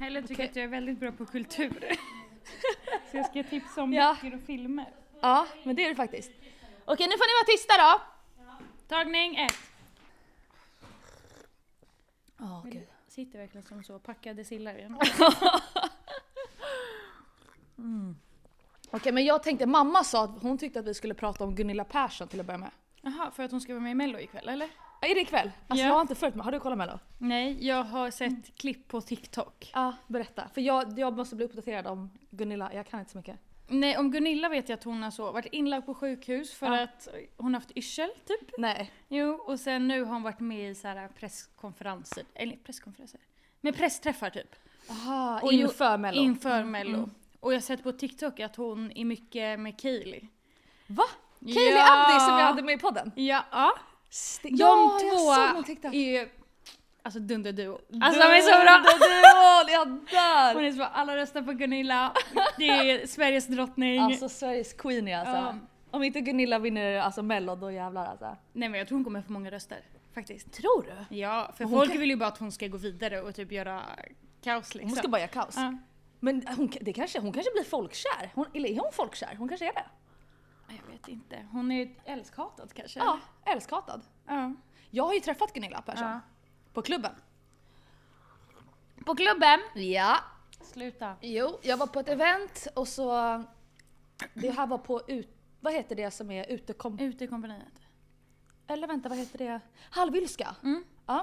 Eller tycker att jag är väldigt bra på kultur. Så jag ska tipsa om böcker och filmer. Ja, men det är det faktiskt. Okej, nu får ni vara tysta då. Tagning 1. Gud. Sitter verkligen som så packade sillar igen. Okej, men jag tänkte, mamma sa att hon tyckte att vi skulle prata om Gunilla Persson till att börja med. Jaha, för att hon ska vara med i Mello ikväll, eller? Ja, är det ikväll? Alltså jag har inte följt med. Har du kollat Mello? Nej, jag har sett klipp på TikTok. Ja, berätta. För jag måste bli uppdaterad om Gunilla. Jag kan inte så mycket. Nej, om Gunilla vet jag att hon har så varit inlagd på sjukhus för att hon har haft yrsel, typ. Nej. Jo, och sen nu har hon varit med i så här presskonferenser. Eller presskonferenser? Med pressträffar, typ. Aha, Och inför Mello. Inför Mello. Och jag har sett på TikTok att hon är mycket med Kylie. Va? Kylie Abdi som jag hade med i podden? Ja. De två är ju alltså dunderduo. Alltså de är så bra. Jag dör. Hon är så bra. Alla röstar på Gunilla. Det är Sveriges drottning. Alltså Sveriges queenie alltså. Om inte Gunilla vinner alltså Mello då jävlar alltså. Nej, men jag tror hon kommer få många röster faktiskt. Tror du? Ja, för folk vill ju bara att hon ska gå vidare och typ göra kaos liksom. Hon ska bara göra kaos. Men hon kanske blir folkkär. Eller är hon folkkär? Hon kanske är det. Jag vet inte. Hon är älskhatad kanske. Ja, älskhatad. Ja. Jag har ju träffat Gunilla Persson. Ja. På klubben. På klubben? Ja. Sluta. Jo, jag var på ett event och så... Det här var på vad heter det som är Utekompaniet. Eller vänta, vad heter det? Halvylska. Ja.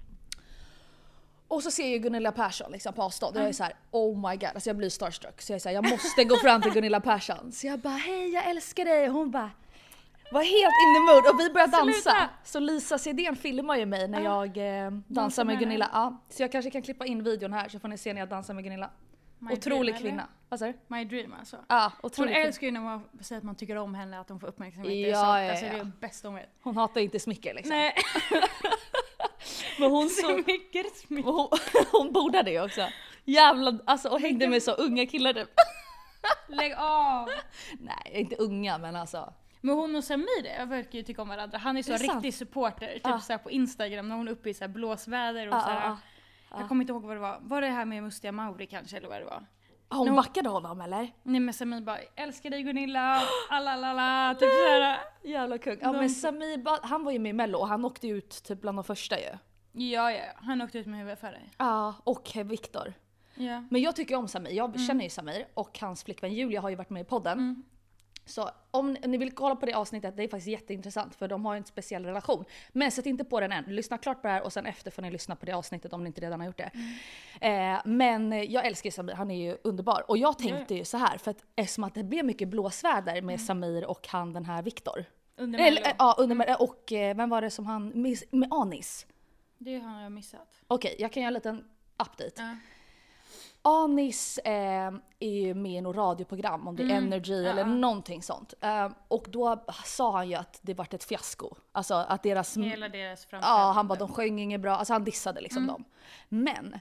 Och så ser jag Gunilla Persson liksom på avstånd och jag är så här: oh my god, alltså jag blir starstruck. Så jag är så här, jag måste gå fram till Gunilla Persson. Så jag bara, hej jag älskar dig. Och hon bara, var helt in the mood och vi började dansa. Sluta. Så Lisa Sidén filmar ju mig när jag dansar med Gunilla. Ja, så jag kanske kan klippa in videon här så får ni se när jag dansar med Gunilla. Otrolig kvinna. Vad sa du? My dream alltså. Ja, hon otrolig älskar ju när man säger att man tycker om henne, att hon får uppmärksamhet. Ja, alltså, det är det bästa hon vet. Hon hatar inte smicker liksom. Nej. Men hon hon bordade ju också. Jävla, alltså och hängde med så unga killar typ. Lägg av. Nej, inte unga men alltså. Men hon och Samir verkar ju tycka om varandra. Han är så riktig supporter. Typ så här på Instagram när hon är uppe i så här blåsväder och så här. Jag kommer inte ihåg vad det var. Var det här med Mustiga Mauri kanske eller vad det var? Hon backade honom eller? Nej men Samir bara, älskar dig Gunilla, alalala, typ såhär. Jävla kung. Ja men Samir, han var ju med i Mello och han åkte ut typ bland de första ju. Ja, han åkte ut med huvudet för dig. Ja, och Viktor. Ja. Men jag tycker om Samir, jag känner ju Samir och hans flickvän Julia har ju varit med i podden. Så om ni vill kolla på det avsnittet, det är faktiskt jätteintressant för de har en speciell relation. Men sätt inte på den än, lyssna klart på det här och sen efter får ni lyssna på det avsnittet om ni inte redan har gjort det. Men jag älskar Samir, han är ju underbar. Och jag tänkte ju så här, för att eftersom att det blev mycket blåsväder med Samir och han den här Viktor. Under Mello. Och vem var det som han, med Anis? Det har jag missat. Okej, jag kan göra en liten update. Ja. Anis är ju med i något radioprogram om det är Energy eller någonting sånt. Och då sa han ju att det vart ett fiasko. Alltså att deras... Hela deras framtid. Ja, han bara de sjöng inget bra. Alltså han dissade liksom dem. Men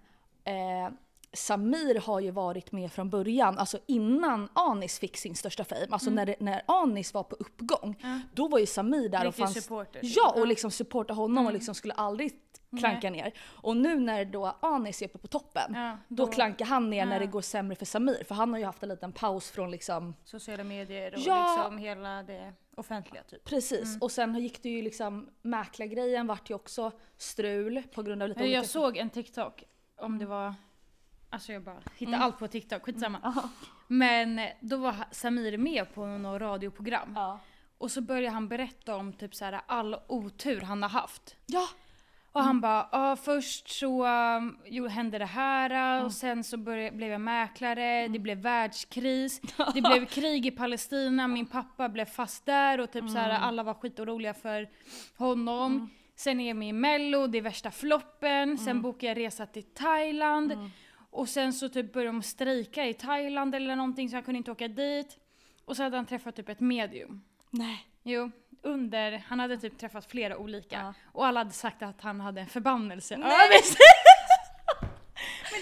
Samir har ju varit med från början, alltså innan Anis fick sin största fame. Alltså när Anis var på uppgång, då var ju Samir där och fanns... Supporter, ja, och liksom supporta honom och liksom skulle aldrig klanka ner. Och nu när då Anis är uppe på toppen, då klankar han ner när det går sämre för Samir. För han har ju haft en liten paus från liksom... sociala medier och liksom hela det offentliga typ. Precis, och sen gick det ju liksom, mäklargrejen vart ju också strul på grund av lite Jag såg en TikTok om det var... Alltså jag bara hittar allt på TikTok, skitsamma. Men då var Samir med på något radioprogram. Och så började han berätta om typ så här all otur han har haft. Ja. Och han bara, först så hände det här och sen så blev jag mäklare, det blev världskris, det blev krig i Palestina, min pappa blev fast där och typ så här, alla var skitoroliga för honom. Sen är jag med i Mello, det är värsta floppen, sen bokade jag resa till Thailand. Och sen så typ började de strejka i Thailand eller någonting så han kunde inte åka dit. Och så hade han träffat typ ett medium. Nej. Jo, han hade typ träffat flera olika. Och alla hade sagt att han hade en förbannelse över sig. Men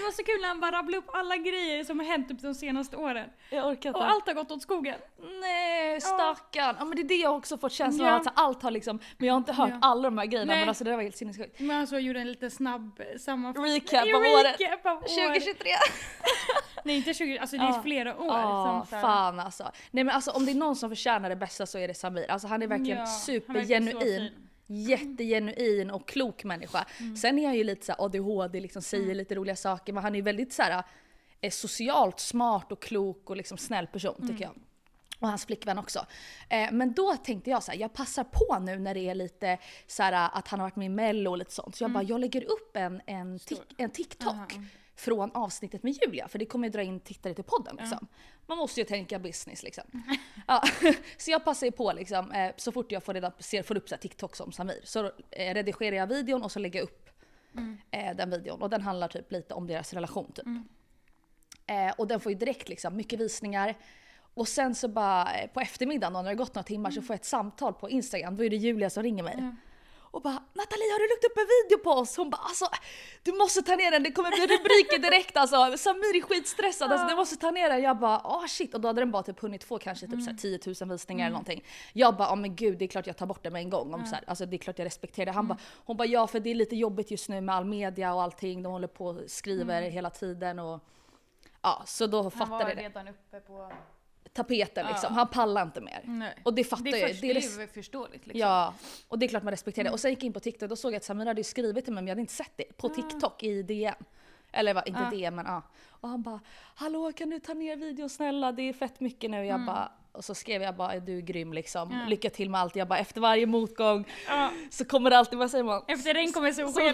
Det var så kul när han bara rabblade upp alla grejer som har hänt typ de senaste åren. Jag orkar inte. Och allt har gått åt skogen. Nej, stackarn. Ja men det är det jag också fått känslan av att allt har liksom, men jag har inte hört alla de här grejerna. Men alltså det var helt sinnessjukt. Men alltså jag gjorde en lite snabb sammanfattning. Recap av året. 2023. Nej inte 20, alltså det är flera år. Fan alltså. Nej men alltså om det är någon som förtjänar det bästa så är det Samir. Alltså han är verkligen supergenuin. Jättegenuin och klok människa. Sen är han ju lite så här ADHD, liksom säger lite roliga saker, men han är ju väldigt så här socialt smart och klok och liksom snäll person tycker jag. Och hans flickvän också. Men då tänkte jag så här, jag passar på nu när det är lite så här att han har varit med i Mello och lite sånt. Så jag lägger upp en TikTok från avsnittet med Julia, för det kommer ju dra in tittare till podden liksom. Man måste ju tänka business liksom. Ja, så jag passar ju på liksom, så fort jag får upp så här TikTok som Samir, så redigerar jag videon och så lägger jag upp den videon, och den handlar typ lite om deras relation typ. Och den får ju direkt liksom mycket visningar. Och sen så bara på eftermiddagen när det har gått några timmar så får jag ett samtal på Instagram. Då är det Julia som ringer mig. Och bara, Nathalie, har du lagt upp en video på oss? Hon bara, alltså du måste ta ner den, det kommer bli rubriker direkt alltså. Samir är skitstressad, alltså du måste ta ner den. Jag bara, shit. Och då hade den bara typ hunnit få kanske typ så här 10 000 visningar eller någonting. Jag bara, men gud, det är klart jag tar bort det med en gång. Om så här, alltså det är klart jag respekterar det. Hon bara, ja för det är lite jobbigt just nu med all media och allting. De håller på och skriver hela tiden och ja, så då fattade det. Han var redan uppe på tapeten liksom. Han pallar inte mer. Nej. Och det fattar jag. Det är ju förståeligt liksom. Ja, och det är klart man respekterar det. Och sen gick jag in på TikTok, då såg jag att Samir hade skrivit till mig, men jag hade inte sett det på TikTok i DM. Eller inte DM, men Och han bara, hallå kan du ta ner videon snälla, det är fett mycket nu. Jag bara, och så skrev jag bara, du är grym liksom. Lycka till med allt. Jag bara, efter varje motgång så kommer det alltid, vad säger man? Efter regn kommer solsken.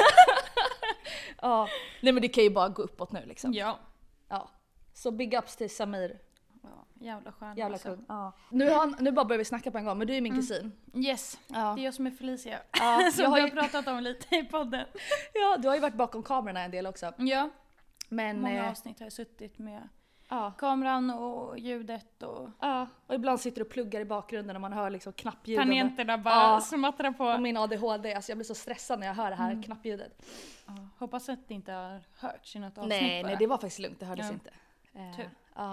Ja, nej men det kan ju bara gå uppåt nu liksom. Ja. Så big ups till Samir. Jävla skön. Jävla alltså. kul. Nu bara börjar vi snacka på en gång, men du är min kusin. Yes, det är jag som är Felicia. Som jag har ju pratat om lite i podden. Ja, du har ju varit bakom kamerorna en del också. Ja, men många avsnitt har jag suttit med kameran och ljudet. Och ibland sitter du och pluggar i bakgrunden och man hör liksom knappljud. Tangenterna bara smattrar på. Och min ADHD, alltså jag blir så stressad när jag hör det här knappljudet. Hoppas att det inte har hörts i något avsnitt. Nej, det var faktiskt lugnt, det hördes inte. Tur.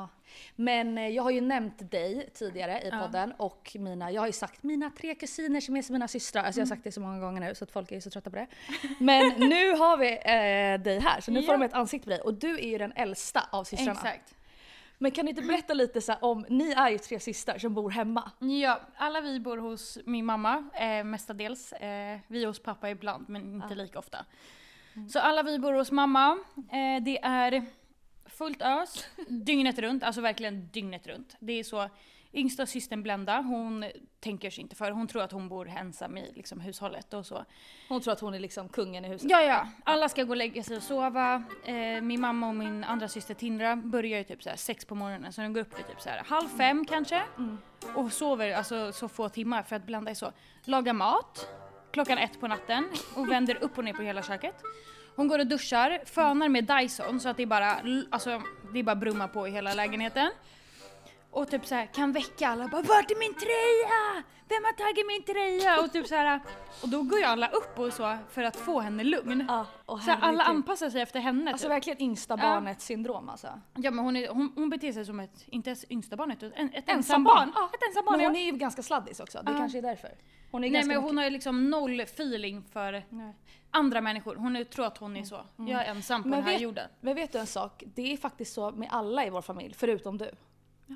Men jag har ju nämnt dig tidigare i podden och jag har ju sagt mina 3 kusiner som är som mina systrar. Alltså jag har sagt det så många gånger nu så att folk är så trötta på det. Men nu har vi dig här, så nu får de ett ansikte på dig. Och du är ju den äldsta av systrarna. Exakt. Men kan du inte berätta lite så här om, ni är ju 3 systrar som bor hemma. Ja, alla vi bor hos min mamma mestadels. Vi är hos pappa ibland men inte lika ofta. Så alla vi bor hos mamma. Det är fullt ös, dygnet runt, alltså verkligen dygnet runt. Det är så, yngsta systern Blenda, hon tänker sig inte för, hon tror att hon bor ensam i liksom hushållet och så. Hon tror att hon är liksom kungen i huset. Ja, alla ska gå och lägga sig och sova. Min mamma och min andra syster Tindra börjar ju typ så här 6 på morgonen, så de går upp vid typ så här 4:30 kanske. Och sover alltså så få timmar för att Blenda är så, laga mat 1:00 på natten och vänder upp och ner på hela köket. Hon går och duschar, fönar med Dyson så att det är bara brumma på i hela lägenheten. Och typ så här kan väcka alla, bara vart är min tröja? Vem har tagit min tröja? Och typ så här, och då går ju alla upp och så för att få henne lugn. Så alla anpassar sig efter henne. Alltså typ. verkligen yngsta barnet syndrom alltså. Ja, men hon beter sig som inte ens yngsta barnet, utan ett ensam barn. Ett ensam barn. Men hon är ju ganska sladdis också, det kanske är därför. Hon har ju liksom noll feeling för andra människor. Hon tror att hon är så. Jag är ensam på den här jorden. Men vet du en sak? Det är faktiskt så med alla i vår familj, förutom du. Ja.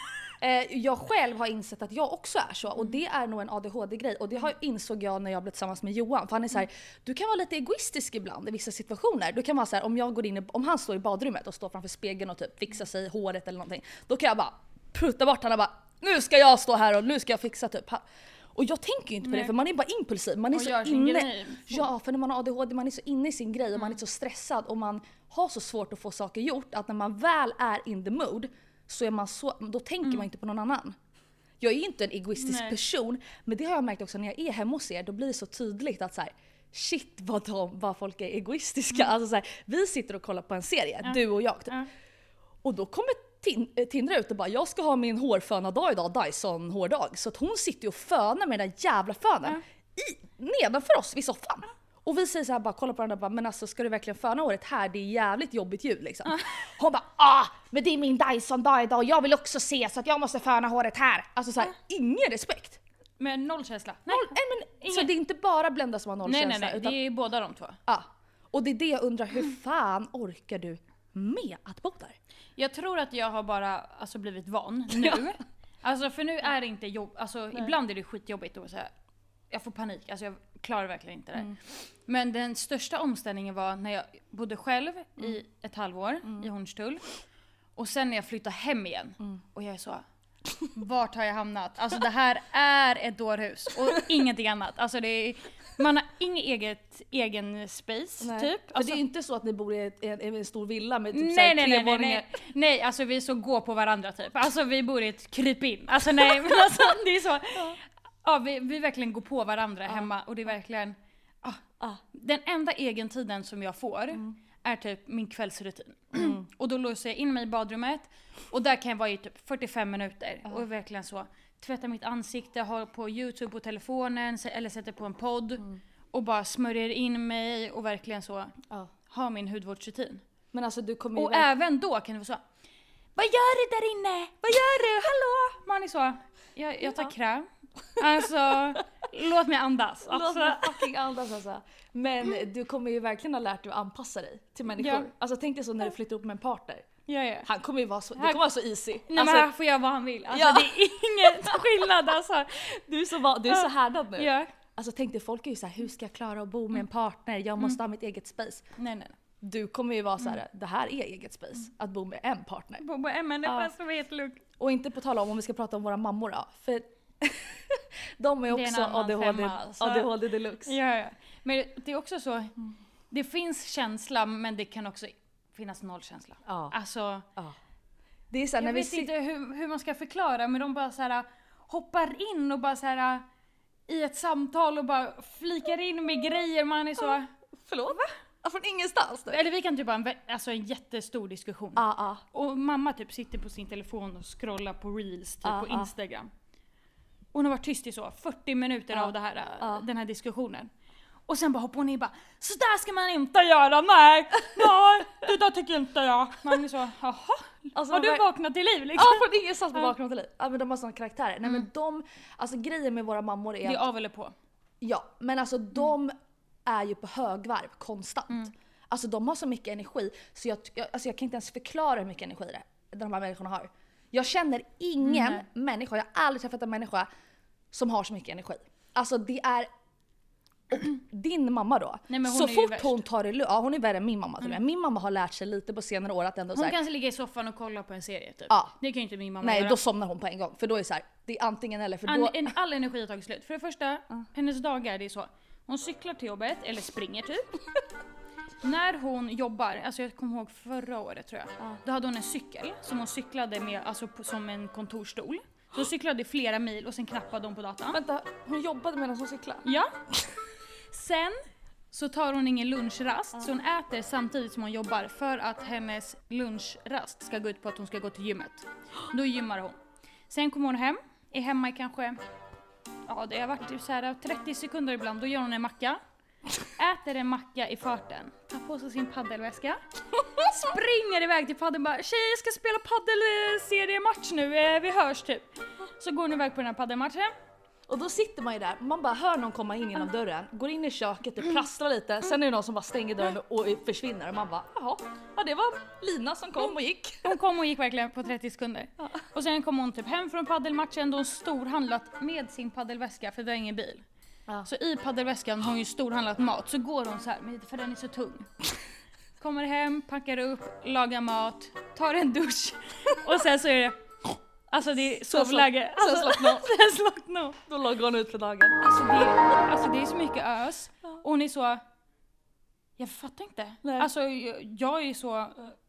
Jag själv har insett att jag också är så, och det är nog en ADHD-grej, och det insåg jag när jag blev tillsammans med Johan, för han är så här, du kan vara lite egoistisk ibland i vissa situationer. Du kan vara så här, om han står i badrummet och står framför spegeln och typ fixar sig håret eller någonting, då kan jag bara putta bort han och bara, nu ska jag stå här och nu ska jag fixa typ. Och jag tänker ju inte på det, för man är bara impulsiv, man är och så inne. Ja, för när man har ADHD, man är så inne i sin grej och man är så stressad och man har så svårt att få saker gjort, att när man väl är in the mood så är man så, då tänker man inte på någon annan. Jag är ju inte en egoistisk person, men det har jag märkt också när jag är hemma hos er, då blir det så tydligt att så här, shit vad folk är egoistiska. Alltså så här, vi sitter och kollar på en serie, du och jag typ. Och då kommer Tindra ut och bara, jag ska ha min hårföna-dag idag, Dyson-hårdag. Så att hon sitter och fönar med den där jävla fönen nedanför oss vid soffan. Och vi säger så här, bara kolla på varandra, bara, men alltså ska du verkligen föna håret här? Det är jävligt jobbigt ljud liksom. Hon bara, men det är min Dyson-dag idag, jag vill också se så att jag måste föna håret här. Alltså så här, ingen respekt. Men noll känsla. Så det är inte bara Blenda som har noll känsla. Nej, utan... det är båda de två. Ja. Och det är det jag undrar, hur fan orkar du med att bo där? Jag tror att jag har bara blivit van nu. Alltså för nu är det inte jobb, ibland är det skitjobbigt och så här, jag får panik, alltså jag klarar verkligen inte det. Men den största omställningen var när jag bodde själv i ett halvår i Hornstull. Och sen när jag flyttade hem igen och jag är så, vart har jag hamnat? Alltså det här är ett dårhus och ingenting annat. Alltså det är, man har ingen egen space typ. För det är inte så att ni bor i en stor villa med typ nej, våningar. Nej, alltså vi så går på varandra typ. Alltså vi bor i ett krypin. Alltså nej, men alltså det är så. Ja, vi verkligen går på varandra hemma och det är verkligen den enda egen tiden som jag får är typ min kvällsrutin. Och då låser jag in mig i badrummet och där kan jag vara i typ 45 minuter och verkligen så tvätta mitt ansikte, ha på YouTube på telefonen eller sätta på en podd och bara smörjer in mig och verkligen så ha min hudvårdsrutin. Men alltså du kommer ju och även då kan det vara så, vad gör du där inne? Vad gör du? Hallå? Man är så, jag tar kräm. Alltså, låt mig andas. Låt mig fucking andas alltså. Men du kommer ju verkligen ha lärt dig att anpassa dig till människor. Ja. Alltså tänk dig så när du flyttar upp med en partner. Ja. Han kommer ju vara så, det kommer vara så easy. Nej men här får jag vad han vill. Alltså det är ingen skillnad alltså. Du är så härdad nu. Ja. Alltså tänk dig, folk är ju så här, hur ska jag klara att bo med en partner? Jag måste ha mitt eget space. Nej. Du kommer ju vara så här, det här är eget space. Att bo med en partner. Bo med en människa som är helt lugn. Och inte på tala om vi ska prata om våra mammor då. För de är också ADHD deluxe. Ja. Men det är också så, det finns känsla men det kan också finnas nollkänsla. Ja. Alltså, det är så här, jag vet inte hur man ska förklara, men de bara så här hoppar in och bara så här i ett samtal och bara flikar in med grejer, man är så... Förlåt? Va? Från ingenstans? Eller vi kan typ ha en jättestor diskussion. Och mamma typ sitter på sin telefon och scrollar på reels typ på Instagram. Och hon har varit tyst i så 40 minuter av den här diskussionen. Och sen bara hoppar hon in och bara, så där ska man inte göra, nej, det där tycker inte jag. Man är så, jaha, alltså, har du vaknat till liv liksom? Ja, från ingenstans på vaknat till liv. Ja, men de har sådana karaktärer. Nej men alltså grejen med våra mammor är det är av eller på. Ja, men alltså de är ju på högvarv konstant. Alltså de har så mycket energi så jag kan inte ens förklara hur mycket energi de här människorna har. Jag känner ingen människa, jag har aldrig träffat en människa som har så mycket energi. Alltså det är... Och din mamma då, så fort hon tar det hon är värre än min mamma till Min mamma har lärt sig lite på senare år att ändå hon kan ligga i soffan och kolla på en serie typ. Det kan ju inte min mamma göra. Nej, då somnar hon på en gång. För då är det så här, det är antingen eller. För då... all energi har tagit slut. För det första, hennes dagar det är så. Hon cyklar till jobbet, eller springer typ. När hon jobbar, alltså jag kommer ihåg förra året tror jag. Då hade hon en cykel som hon cyklade med, alltså som en kontorstol. Så hon cyklade flera mil och sen knappade hon på datorn. Vänta, hon jobbade medan hon cyklade? Ja. Sen så tar hon ingen lunchrast, så hon äter samtidigt som hon jobbar för att hennes lunchrast ska gå ut på att hon ska gå till gymmet. Då gymmar hon. Sen kommer hon hem, är hemma i kanske, det har varit så här 30 sekunder ibland, då gör hon en macka. Äter en macka i farten, tar på sig sin paddelväska, springer iväg till paddeln och bara, tjej jag ska spela paddelseriematch nu, vi hörs typ. Så går hon iväg på den här paddelmatchen. Och då sitter man ju där, man bara hör någon komma in genom dörren, går in i köket, det prasslar lite, sen är det någon som bara stänger dörren och försvinner och man bara, jaha, det var Lina som kom och gick. Hon kom och gick verkligen på 30 sekunder. Och sen kom hon typ hem från paddelmatchen, då hon storhandlat med sin paddelväska för det är ingen bil. Så i paddelväskan har hon ju storhandlat mat, så går hon så här, för den är så tung. Kommer hem, packar upp, lagar mat, tar en dusch och sen så är det... Alltså det är sovläge. Sen slocknar. Då loggar hon ut för dagen. Alltså det är så mycket ös. Och hon är så... Jag fattar inte. Nej. Alltså jag är så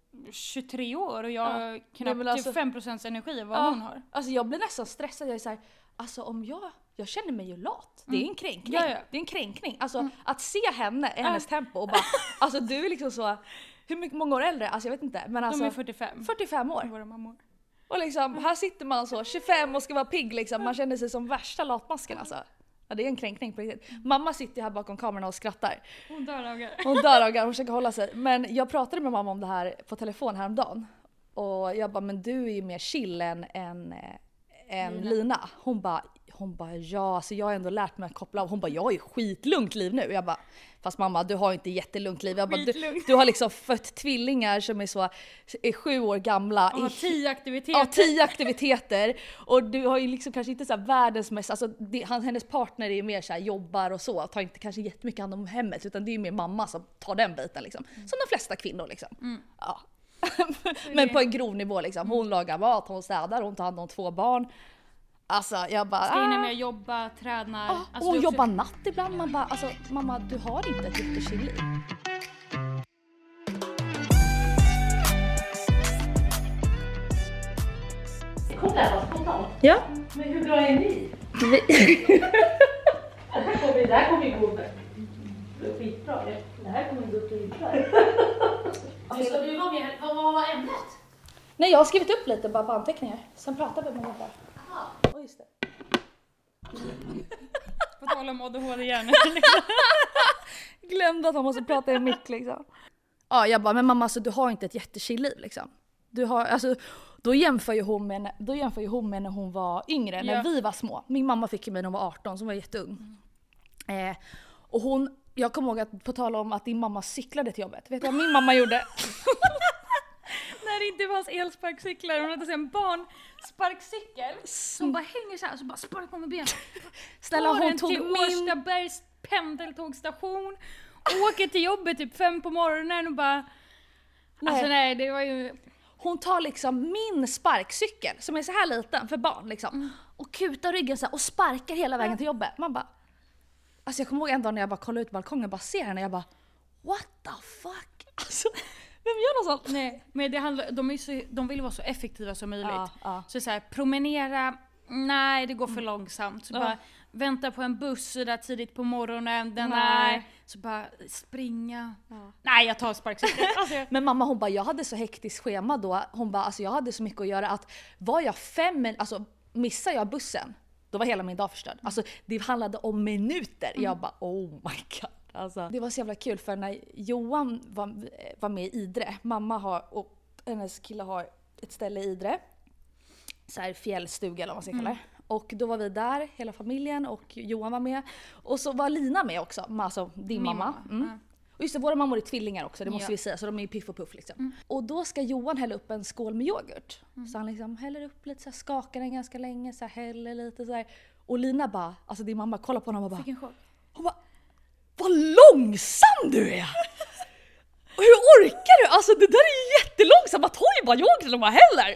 23 år och jag har knappt 5% energi av vad hon har. Alltså jag blir nästan stressad. Jag är så här, alltså om jag känner mig ju lat. Det är en kränkning. Ja. Det är en kränkning. Alltså att se henne i hennes tempo och bara... Alltså du är liksom så... Hur många år äldre? Alltså jag vet inte. Men alltså, de är 45. 45 år. Våra mammor. Och liksom, här sitter man så 25 och ska vara pigg liksom. Man känner sig som värsta latmasken alltså. Ja, det är en kränkning på riktigt. Mamma sitter här bakom kameran och skrattar. Hon dör av garv. Hon dör av garv, hon försöker hålla sig. Men jag pratade med mamma om det här på telefon häromdagen. Och jag bara, men du är ju mer chill än Lina. Hon bara, ja, så jag har ändå lärt mig att koppla av. Hon bara, jag har ju skitlugnt liv nu. Jag bara, fast mamma, du har inte jättelugnt liv. Jag bara, du har liksom fött tvillingar som är 7 år gamla. Och har 10 aktiviteter. Ja, 10 aktiviteter. Och du har ju liksom kanske inte så här världens mest, alltså hennes partner är ju mer så här, jobbar och så, tar inte kanske jättemycket hand om hemmet, utan det är ju mer mamma som tar den biten liksom. Som de flesta kvinnor liksom. Ja. Men på en grov nivå liksom. Hon lagar mat, hon städar, hon tar hand om 2 barn. Alltså jag bara... Ska hinna med att jobba, tränar. Alltså, och jobba natt ibland. Man bara, alltså mamma, du har inte ett jättechill liv. Kom där, vad spontant. Ja. Men hur bra är ni? Det här kommer ju gå skitbra. Det här kommer gå skitbra. Ska du vara med? Vad var ämnet? Nej, jag har skrivit upp lite bara på anteckningar. Sen pratar vi med bara. Jaha. Just det. På tal om ADHD-hjärnan. Glömde att man måste prata i mick liksom. Ja, jag bara, men mamma, alltså, du har inte ett jättechill liv liksom. Du har, alltså, då jämför ju hon med när hon var yngre, när vi var små. Min mamma fick ju mig när hon var 18, så hon var jätteung. Och jag kommer ihåg att på tal om att din mamma cyklade till jobbet. Vet du vad min mamma gjorde? När det inte fanns elsparkcyklar, hon hade en barnsparkcykel som bara hänger så här, så bara sparkar hon med benen. Snälla, hon tog till Årstabergs pendeltågstation, åker till jobbet typ 5 på morgonen och bara... Alltså nej, det var ju... Hon tar liksom min sparkcykel som är så här liten för barn liksom, och kutar ryggen så här, och sparkar hela vägen till jobbet. Man bara... Alltså jag kommer ihåg en dag när jag bara kollade ut balkongen och bara ser henne, jag bara what the fuck? Alltså, vem gör något sånt? Nej, men det handlar, de vill vara så effektiva som möjligt. Ja. Så här, promenera, nej det går för långsamt. Så bara vänta på en buss där tidigt på morgonen, nej. Så bara springa. Nej, jag tar sparkcykeln. Alltså, Men mamma, hon bara, jag hade så hektiskt schema då. Hon bara, alltså jag hade så mycket att göra att var jag 5, alltså missar jag bussen, då var hela min dag förstörd. Alltså det handlade om minuter. Jag bara, oh my god. Alltså, det var så jävla kul för när Johan var med i Idre. Mamma och hennes kille har ett ställe i Idre. Så här fjällstuga eller vad man ska kalla det. Och då var vi där, hela familjen, och Johan var med. Och så var Lina med också, alltså din mamma. Och just det, våra mammor är tvillingar också, det måste vi säga. Så de är ju piff och puff liksom. Och då ska Johan hälla upp en skål med yoghurt. Så han liksom häller upp lite, så här, skakar den ganska länge, så här, häller lite så här. Och Lina bara, alltså din mamma kollar på honom och bara... vilken chock. Hon bara, vad långsam du är! Och hur orkar du? Alltså det där är ju jättelångsamt, man tar ju bara yoghurt och bara häller.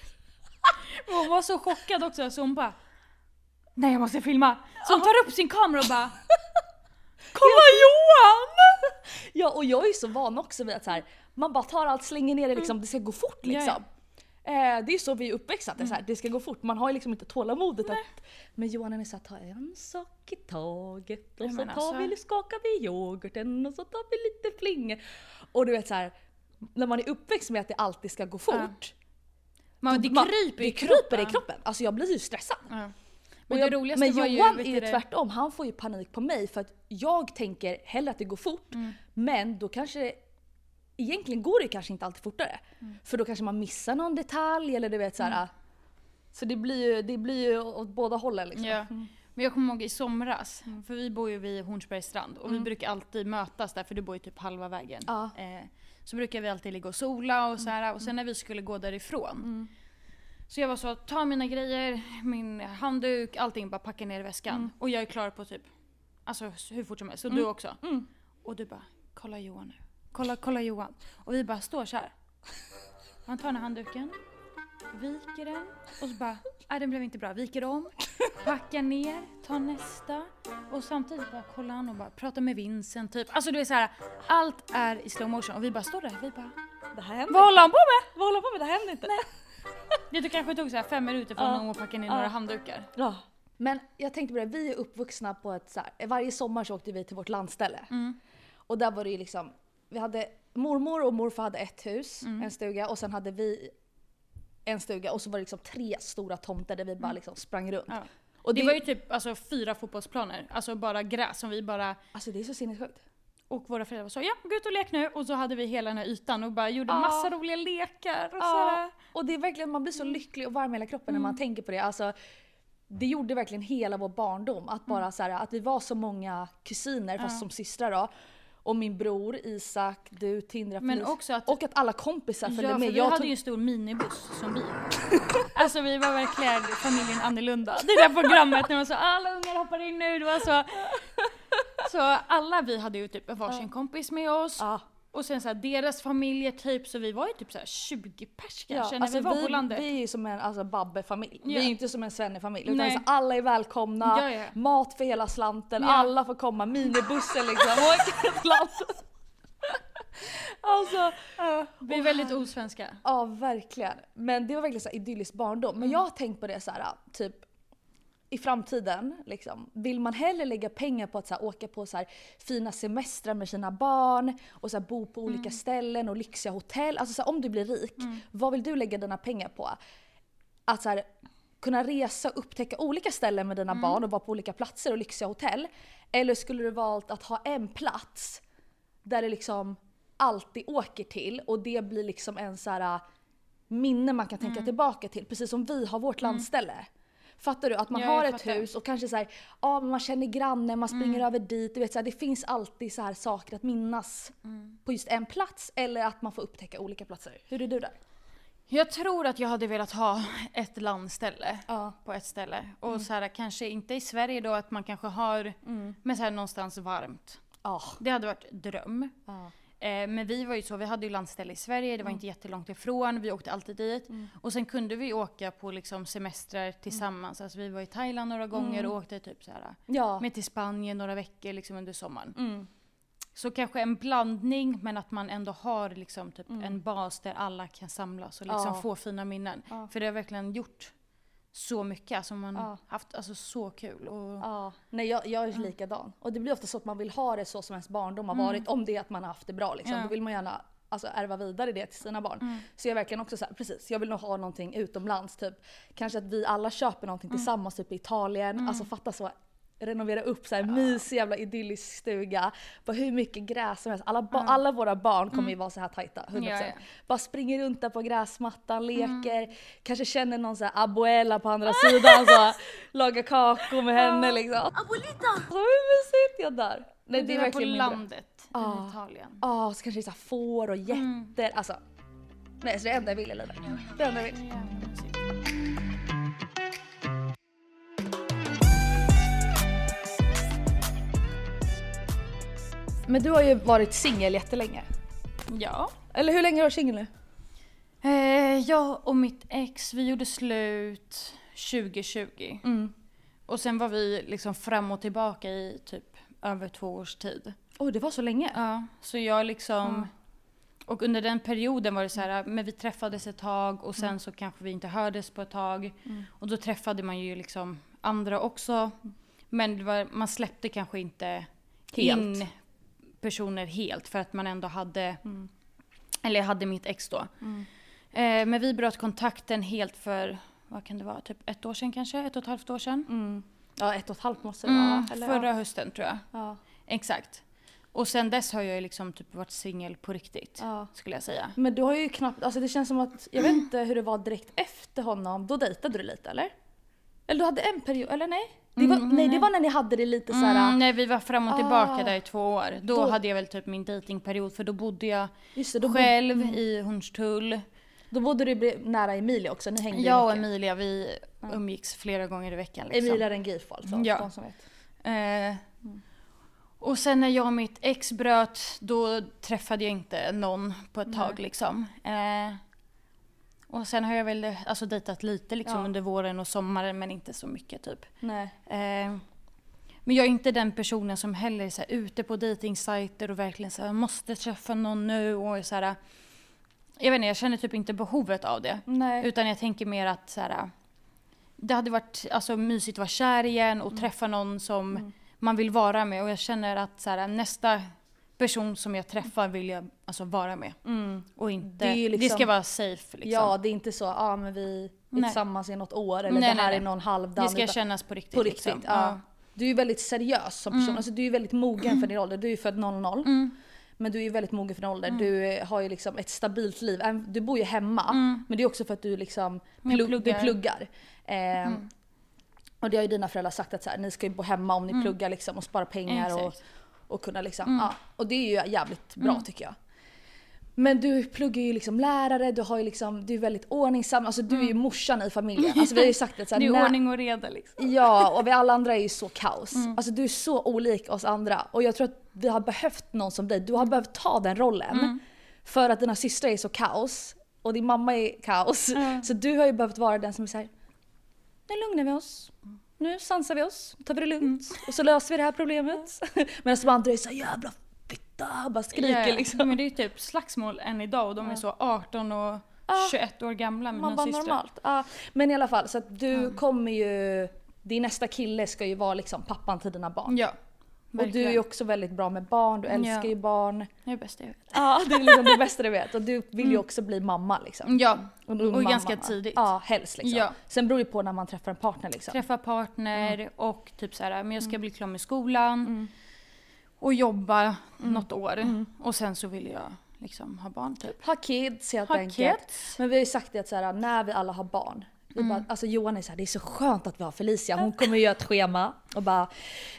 Hon var så chockad också, så hon bara, nej jag måste filma. Så hon tar upp sin kamera och bara, kolla Johan! Ja, och jag är ju så van också vid att så här, man bara tar allt, slänger ner det liksom, det ska gå fort liksom. Det är så vi är uppväxta, det, så här, det ska gå fort. Man har ju liksom inte tålamodet att... Men Johan är så här, ta en sak i taget och så skakar vi yoghurten och så tar vi lite flingor. Och du vet så här, när man är uppväxt med att det alltid ska gå fort. Det kryper i kroppen. Alltså jag blir ju stressad. Men det roligaste men var Johan ju, är ju tvärtom, han får ju panik på mig för att jag tänker hellre att det går fort, men då kanske egentligen går det kanske inte alltid fortare. För då kanske man missar någon detalj eller du vet så här. Så det blir ju åt båda hållen liksom. Ja. Men jag kommer ihåg i somras, för vi bor ju vid Hornsbergs strand och vi brukar alltid mötas där, för du bor ju typ halva vägen. Så brukar vi alltid ligga och sola och så här, och sen när vi skulle gå därifrån. Så jag var så, ta mina grejer, min handduk, allting, bara packa ner i väskan. Och jag är klar på typ, alltså hur fort som helst. Och du också. Och du bara, kolla Johan nu. Kolla Johan. Och vi bara står så här. Han tar den här handduken, viker den och så bara, nej den blev inte bra. Viker om, packar ner, tar nästa. Och samtidigt bara kollar han och bara pratar med Vincent typ. Alltså du är så här, allt är i slow motion. Och vi bara står där, vi bara, Det här händer vad håller han på med? Vad håller på med? Det händer inte. Nej. Det kanske tog så här 5 minuter från någon att packa ner några handdukar. Ja. Men jag tänkte på det, vi är uppvuxna på ett så här, varje sommar så åkte vi till vårt landställe. Och där var det ju liksom, vi hade mormor och morfar hade ett hus, en stuga, och sen hade vi en stuga och så var det liksom 3 stora tomter där vi bara liksom sprang runt. Och det var ju typ alltså 4 fotbollsplaner, alltså bara gräs som vi bara... Alltså det är så sinnessjukt. Och våra föräldrar var så, ja, gå ut och lek nu. Och så hade vi hela den här ytan och bara gjorde massa roliga lekar. Och, sådär. Och det är verkligen, man blir så lycklig och varm i hela kroppen när man tänker på det. Alltså, det gjorde verkligen hela vår barndom. Att bara så här, att vi var så många kusiner, fast som systrar då. Och min bror, Isak, du, Tindra, men också att, och att alla kompisar följde med. Vi hade ju en stor minibuss som bil. Alltså vi var verkligen familjen annorlunda. Det där programmet när man sa alla ungar hoppar in nu. Det var så alla vi hade ju typ varsin kompis med oss. Och sen så här, deras familjer typ, så vi var ju typ så här 20 pers kanske när alltså vi var på landet. Vi är ju som en Babbe-familj. Vi är ju inte som en Svenne-familj. Utan så alla är välkomna, mat för hela slanten, alla får komma, minibussen liksom. Alltså, vi är väldigt osvenska. Ja, verkligen. Men det var verkligen så här idyllisk barndom. Men jag har tänkt på det så här, typ i framtiden, liksom, vill man hellre lägga pengar på att så här, åka på så här, fina semestrar med sina barn och så här, bo på olika ställen och lyxiga hotell. Alltså så här, om du blir rik, vad vill du lägga dina pengar på? Att så här, kunna resa och upptäcka olika ställen med dina barn och vara på olika platser och lyxiga hotell? Eller skulle du valt att ha en plats där det liksom alltid åker till och det blir liksom en så här minne man kan tänka tillbaka till, precis som vi har vårt landställe. Fattar du? Att man har ett hus och kanske så här, man känner grannen, man springer över dit. Du vet, så här, det finns alltid så här saker att minnas på just en plats, eller att man får upptäcka olika platser. Hur är du där? Jag tror att jag hade velat ha ett landställe på ett ställe. Och så här, kanske inte i Sverige då, att man kanske har men så här, någonstans varmt. Det hade varit dröm. Men vi var ju så, vi hade ju landställe i Sverige, det var inte jättelångt ifrån, vi åkte alltid dit. Och sen kunde vi åka på liksom semestrar tillsammans. Alltså vi var i Thailand några gånger och åkte typ så här med till Spanien några veckor liksom under sommaren. Så kanske en blandning, men att man ändå har liksom typ en bas där alla kan samlas och liksom få fina minnen. För det har verkligen gjort så mycket, alltså man haft alltså så kul. Och... Nej, jag är likadan. Och det blir ofta så att man vill ha det så som ens barndom har varit, om det är att man har haft det bra liksom. Då vill man gärna alltså, ärva vidare det till sina barn. Så jag är verkligen också så här, precis, jag vill nog ha någonting utomlands typ. Kanske att vi alla köper någonting tillsammans typ i Italien. Alltså fatta så, renovera upp så här mysig jävla idyllisk stuga. På hur mycket gräs som helst. Alla våra barn kommer ju vara så här tajta, 100%. Bara springer runt där på gräsmattan, leker. Kanske känner någon så här abuela på andra sidan, så lagar kakor med henne liksom. Abuelita! Så hur mysigt jag där. Nej, det är verkligen på landet i Italien. Så kanske det är så här får och getter. Alltså, nej, så det är det enda jag vill i livet. Det enda jag vill. Men du har ju varit singel jättelänge. Ja. Eller hur länge har du varit singel nu? Jag och mitt ex, vi gjorde slut 2020. Och sen var vi liksom fram och tillbaka i typ över 2 års tid. Det var så länge? Ja, så jag liksom... Och under den perioden var det så här, men vi träffades ett tag och sen så kanske vi inte hördes på ett tag. Och då träffade man ju liksom andra också. Men man släppte kanske inte in personer helt, för att man ändå hade, eller jag hade mitt ex då. Men vi bröt kontakten helt för, vad kan det vara, typ 1 år sedan kanske, 1,5 år sedan. Ja, 1,5 måste det vara. Eller, förra hösten tror jag. Ja. Exakt. Och sen dess har jag liksom typ varit singel på riktigt, skulle jag säga. Men du har ju knappt, alltså det känns som att, jag vet inte hur det var direkt efter honom, då dejtade du lite eller? Eller du hade en period, eller nej? Det var när ni hade det lite såhär... nej, vi var fram och tillbaka där i 2 år. Då hade jag väl typ min datingperiod, för då bodde jag själv i Hornstull. Då bodde du nära Emilia också, ni hängde jag och Emilia, vi umgicks flera gånger i veckan. Liksom. Emilia Rengifo alltså, de som vet. Och sen när jag och mitt ex bröt, då träffade jag inte någon på ett tag liksom. Och sen har jag väl alltså dejtat lite liksom under våren och sommaren, men inte så mycket typ. Nej. Men jag är inte den personen som heller är så här, ute på dejtingsajter och verkligen så här, måste träffa någon nu och så här, jag vet inte, jag känner typ inte behovet av det. Nej. Utan jag tänker mer att så här, det hade varit alltså mysigt att vara kär igen och träffa någon som man vill vara med, och jag känner att så här, nästa person som jag träffar vill jag alltså vara med. Och inte, Det är ju liksom- det ska vara safe liksom. Ja, det är inte så, men vi är tillsammans i något år eller Nej, det här nej. är någon halvdan. Det ska utan- kännas på riktigt. på riktigt. Liksom. Ja. Du är ju väldigt seriös som person, alltså, du är väldigt mogen för din ålder. Du är född 00. Men du är ju väldigt mogen för din ålder. Du har ju liksom ett stabilt liv. Du bor ju hemma, men det är också för att du liksom du pluggar. Och det har ju dina föräldrar sagt att så här, ni ska ju bo hemma om ni pluggar liksom, och spara pengar och kunna liksom, och det är ju jävligt bra tycker jag. Men du pluggar ju liksom lärare, du har ju liksom, du är väldigt ordningsam, alltså du är ju morsan i familjen. Alltså vi har ju sagt att så här, det är ordning och reda liksom. Ja, och vi alla andra är ju så kaos. Alltså du är så olik oss andra. Och jag tror att vi har behövt någon som dig. Du har behövt ta den rollen. För att dina systrar är så kaos. Och din mamma är kaos. Så du har ju behövt vara den som är såhär, nu lugnar vi oss. Nu sansar vi oss, tar vi det lugnt. Och så löser vi det här problemet. Medan de andra är så jävla fitta, bara skriker liksom. Men det är ju typ slagsmål än idag och de är så 18 och 21 år gamla med mina systrar. Normalt. Men i alla fall, så att du kommer ju, din nästa kille ska ju vara liksom pappan till dina barn. Ja, verkligen. Och du är ju också väldigt bra med barn, du älskar ju barn. Det är det bästa jag vet. Ja, det är liksom det bästa du vet. Och du vill ju också bli mamma liksom. Ja, och ganska tidigt. Ja, helst liksom. Ja. Sen beror det på när man träffar en partner liksom. Träffa partner och typ så här, men jag ska bli klar med skolan. Och jobba något år. Och sen så vill jag liksom ha barn typ. Ha kids helt Ha enkelt. kids. Men vi har ju sagt det att så här, när vi alla har barn. Vi bara, alltså Johan är så här, det är så skönt att vi har Felicia. Hon kommer göra ett schema och bara,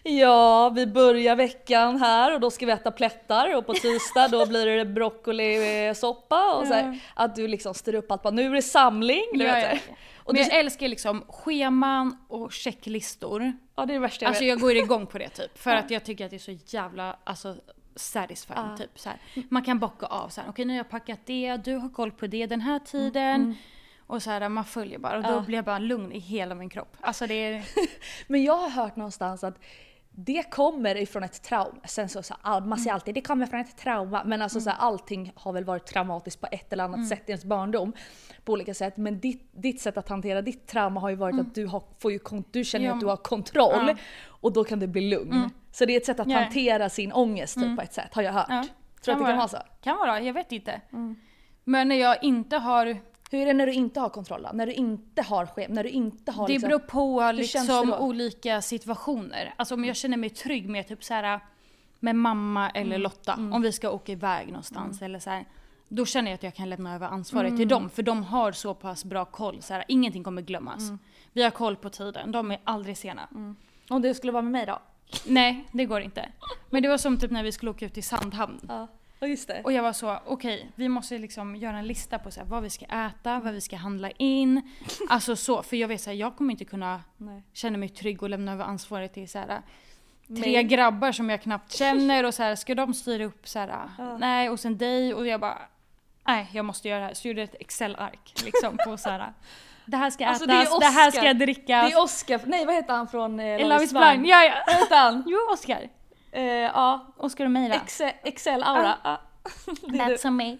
ja vi börjar veckan här och då ska vi äta plättar och på tisdag då blir det broccolisoppa och så här, att du liksom styr upp allt, bara, nu är det samling. Du vet. Och men jag älskar liksom scheman och checklistor. Ja, det är det värsta jag Alltså vet. jag går igång på det typ. För att jag tycker att det är så jävla satisfying typ. Så här. Man kan bocka av så här, okej nu har jag packat det, du har koll på det den här tiden. Och så här, man följer bara och då blir jag bara lugn i hela min kropp. Alltså det är... Men jag har hört någonstans att det kommer ifrån ett trauma. Sen så man säger alltid det kommer från ett trauma. Men alltså så här, allting har väl varit traumatiskt på ett eller annat sätt i ens barndom. På olika sätt. Men ditt sätt att hantera ditt trauma har ju varit att du känner att du har kontroll. Och då kan du bli lugn. Så det är ett sätt att hantera sin ångest typ, på ett sätt, har jag hört. Tror du att det kan vara så? Kan vara, jag vet inte. Men när jag inte har... Hur är det när du inte har kontroll då? När du inte har när du inte har... Det liksom, beror på liksom det olika situationer. Alltså om jag känner mig trygg med typ så här, med mamma eller Lotta. Om vi ska åka iväg någonstans eller så här, då känner jag att jag kan lämna över ansvaret till dem. För de har så pass bra koll. Så här, ingenting kommer glömmas. Vi har koll på tiden. De är aldrig sena. Om du skulle vara med mig då? Nej, det går inte. Men det var som typ när vi skulle åka ut till Sandhamn. Ja, just det. Och jag var så, okej, vi måste liksom göra en lista på så här, vad vi ska äta, vad vi ska handla in. Alltså så, för jag vet så här, jag kommer inte kunna känna mig trygg och lämna över ansvaret till så här, 3 grabbar som jag knappt känner och så här, ska de styra upp så här, nej, och sen dig och jag bara, nej, jag måste göra det här. Så gjorde jag ett Excel-ark liksom på så här, det här ska ätas, alltså, det här ska drickas. Det är Oscar, nej vad heter han från Love is blind, ja. Vad heter han? Jo, Oscar. Ja, Oscar och Meira. Excel-aura. That's me.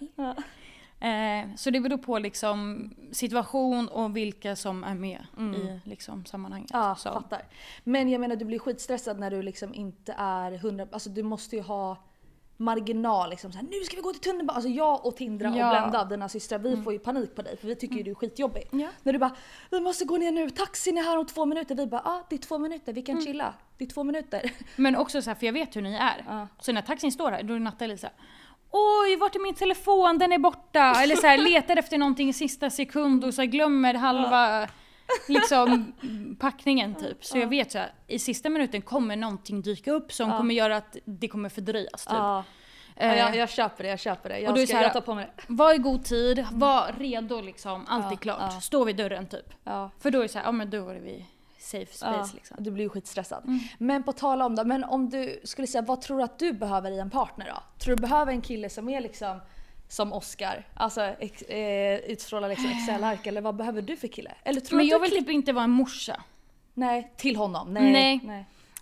Så det beror på liksom situation och vilka som är med i liksom sammanhanget. Ja, så. fattar. Men jag menar du blir skitstressad när du liksom inte är 100, alltså du måste ju ha marginal liksom såhär, nu ska vi gå till tunnelbanan. Alltså jag och Tindra och Blenda, dina systrar, vi får ju panik på dig för vi tycker ju du är skitjobbig. Ja. När du bara, vi måste gå ner nu, taxin är här om 2 minuter. Vi bara, det är 2 minuter, vi kan chilla. Det är 2 minuter. Men också så här, för jag vet hur ni är. Så när taxin står här, då är Nathalie så här, oj, vart är min telefon? Den är borta. Eller så här, letar efter någonting i sista sekund och så här, glömmer halva liksom packningen typ. Så jag vet så här, i sista minuten kommer någonting dyka upp som kommer göra att det kommer fördröjas typ. Jag köper det. Och då är så här, jag tar på mig det. Var i god tid, var redo liksom, allt är klart. Stå vid dörren typ. För då är det så här, men då är vi safe space liksom. Du blir ju skitstressad. Men på tala om det, men om du skulle säga, vad tror du att du behöver i en partner då? Tror du behöver en kille som är liksom som Oscar, alltså utstrålar liksom Excel-ark, eller vad behöver du för kille? Eller tror men att jag du vill typ inte vara en morsa. Nej, till honom. Nej.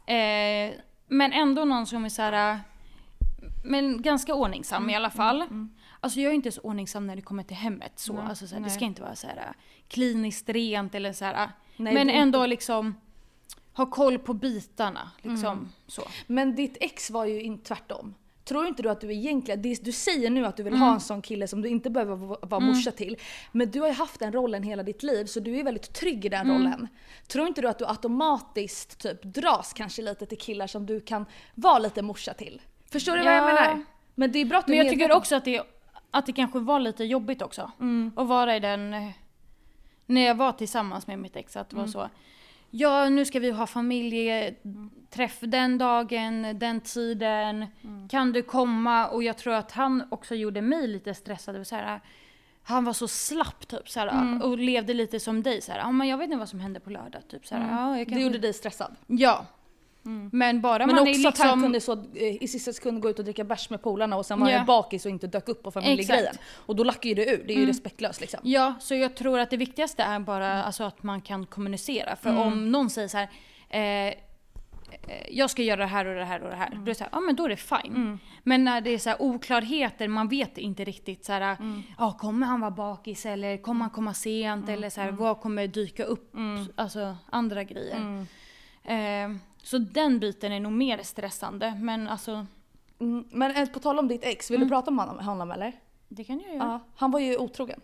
Men ändå någon som är så här, men ganska ordningsam i alla fall. Alltså jag är inte så ordningsam när det kommer till hemmet så. Alltså så här, det ska inte vara så här kliniskt rent eller så här. Men ändå liksom ha koll på bitarna liksom så. Men ditt ex var ju tvärtom. tror inte du att du egentligen, du säger nu att du vill ha en sån kille som du inte behöver vara morsa till. Men du har ju haft den rollen hela ditt liv så du är väldigt trygg i den rollen. Tror inte du att du automatiskt typ dras kanske lite till killar som du kan vara lite morsa till? Förstår du vad jag menar? Men det är bra att du Men jag tycker också att det kanske var lite jobbigt också. Att vara i den, när jag var tillsammans med mitt ex, att det var så. Ja, nu ska vi ha familjeträff den dagen, den tiden. Kan du komma? Och jag tror att han också gjorde mig lite stressad. Så här, han var så slapp typ så här, och levde lite som dig. Så här, men jag vet inte vad som hände på lördag. Typ, så här, Det gjorde dig stressad? Ja. Men bara men man också är liksom... att han kunde så, i sista sekund gå ut och dricka bärs med polarna och sen var jag bakis och inte dök upp på familjegrejen. Och då lackar ju det ur, det är ju respektlöst liksom. Ja, så jag tror att det viktigaste är bara alltså, att man kan kommunicera. För om någon säger så här, jag ska göra det här och det här och det här. Då är det så här, ja men då är det fine. Men när det är så här oklarheter, man vet inte riktigt så här, kommer han vara bakis eller kommer han komma sent eller så här, vad kommer dyka upp, alltså andra grejer. Så den biten är nog mer stressande, men alltså... Men på tal om ditt ex, vill du prata om honom eller? Det kan jag göra. Ja, han var ju otrogen.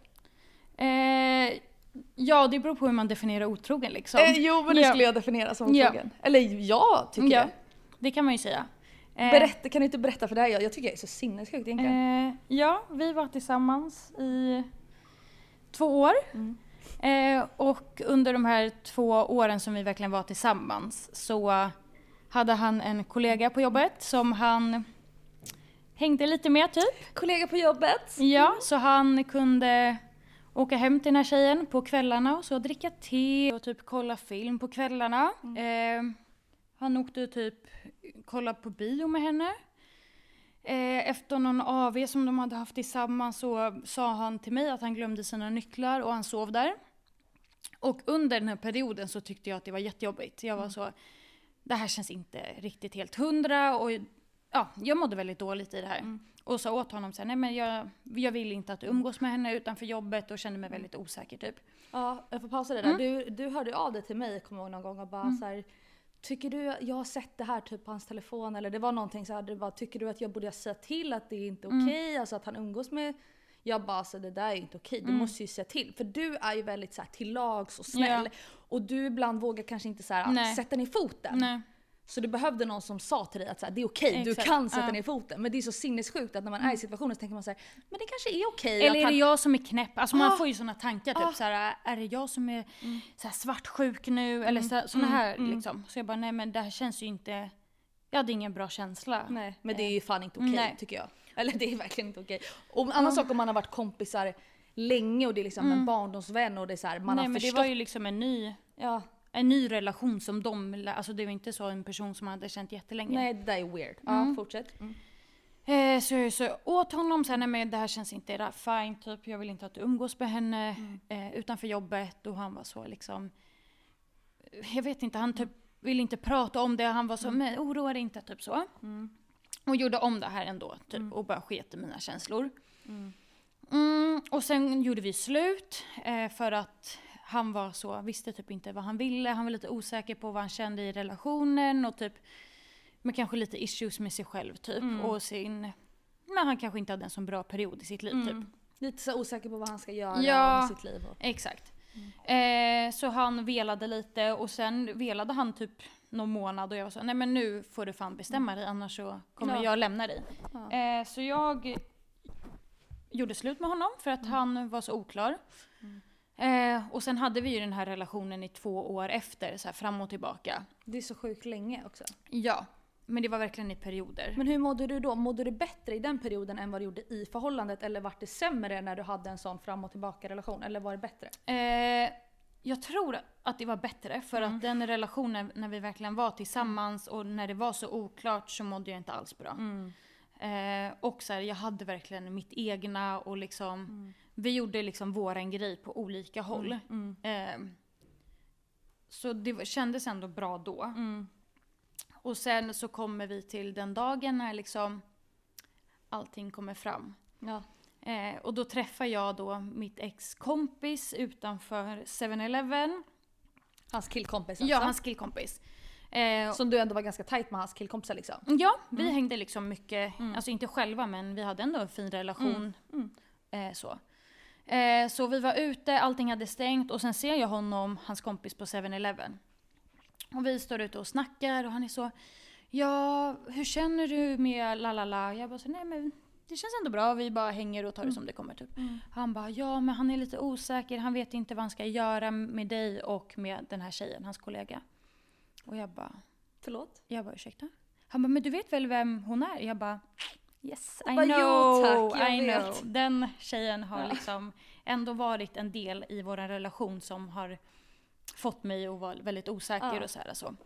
Ja, det beror på hur man definierar otrogen liksom. Jo, men det skulle jag definiera som otrogen. Eller jag tycker det. Det kan man ju säga. Kan du inte berätta för det här? Jag tycker jag är så sinnessjukt egentligen. Ja, vi var tillsammans i 2 år. Och under de här 2 åren som vi verkligen var tillsammans så hade han en kollega på jobbet som han hängde lite med typ. Kollega på jobbet? Ja, så han kunde åka hem till den här tjejen på kvällarna och så dricka te och typ kolla film på kvällarna. Han åkte typ kolla på bio med henne. Efter någon AV som de hade haft tillsammans så sa han till mig att han glömde sina nycklar och han sov där. Och under den här perioden så tyckte jag att det var jättejobbigt. Jag var så, det här känns inte riktigt helt 100 och ja, jag mådde väldigt dåligt i det här. Och så åt honom så här, nej men jag vill inte att du umgås med henne utanför jobbet och kände mig väldigt osäker typ. Ja, jag får pausa det där. Du hörde av dig till mig, kommer jag ihåg någon gång och bara så här, tycker du, jag har sett det här typ på hans telefon eller det var någonting så här, du bara, tycker du att jag borde säga till att det är inte okej, alltså att han umgås med, jag bara så det där är inte okej, du måste ju säga till, för du är ju väldigt så här tillags och snäll och du ibland vågar kanske inte så här sätta ner foten. Nej. Så du behövde någon som sa till dig att så här, det är okej, du kan sätta ner foten. Men det är så sinnessjukt att när man är i situationen så tänker man så här, men det kanske är okej. Eller är det jag som är knäpp? Alltså man får ju såna tankar typ så här, är det jag som är så här svartsjuk nu? Eller såna här liksom. Så jag bara, nej men det här känns ju inte, jag hade ingen bra känsla. Nej, men det är ju fan inte okej tycker jag. Eller det är verkligen inte okej. Och en annan sak om man har varit kompisar länge och det är liksom en barndomsvän och det är så här, man har förstått. Men det var ju liksom en ny relation som alltså det var inte så en person som hade känt jättelänge. Nej, det där är weird. Ja, fortsätt. Så åt honom sen, nej men det här känns inte fine typ, jag vill inte att du umgås med henne utanför jobbet, och han var så liksom, jag vet inte, han typ ville inte prata om det, han var så, men oroa dig inte typ så. Och gjorde om det här ändå typ, och bara sket i mina känslor. Och sen gjorde vi slut för att han var så, visste typ inte vad han ville. Han var lite osäker på vad han kände i relationen och typ, men kanske lite issues med sig själv typ. Och men han kanske inte hade en så bra period i sitt liv typ. Lite så osäker på vad han ska göra med sitt liv. Exakt. Så han velade lite och sen velade han typ någon månad och jag var så, nej men nu får du fan bestämma dig, annars så kommer jag lämna dig. Så jag gjorde slut med honom för att han var så oklar. Och sen hade vi ju den här relationen i 2 år efter, så här fram och tillbaka. Det är så sjukt länge också. Ja, men det var verkligen i perioder. Men hur mådde du då? Mådde du bättre i den perioden än vad du gjorde i förhållandet? Eller var det sämre när du hade en sån fram och tillbaka relation? Eller var det bättre? Jag tror att det var bättre, för att den relationen när vi verkligen var tillsammans och när det var så oklart så mådde jag inte alls bra. Och så här, jag hade verkligen mitt egna och liksom vi gjorde liksom våran grej på olika håll. Så det kändes ändå bra då. Och sen så kommer vi till den dagen när liksom allting kommer fram. Och då träffar jag då mitt ex-kompis utanför 7-Eleven. Hans killkompis alltså? Ja, hans killkompis. Som du ändå var ganska tajt med hans killkompisar liksom. Ja, vi hängde liksom mycket, alltså inte själva men vi hade ändå en fin relation. Så vi var ute, allting hade stängt och sen ser jag honom, hans kompis på 7-Eleven. Och vi står ute och snackar och han är så, ja hur känner du med lalala? Jag bara så, nej men det känns ändå bra, vi bara hänger och tar det som det kommer typ. Han bara, ja men han är lite osäker, han vet inte vad han ska göra med dig och med den här tjejen, hans kollega. Och jag bara, förlåt? Jag bara, ursäkta? Han bara, men du vet väl vem hon är? Jag bara, yes, I bara, know, jo, tack, jag I vet. know. Den tjejen har liksom ändå varit en del i vår relation som har fått mig att vara väldigt osäker och så här så.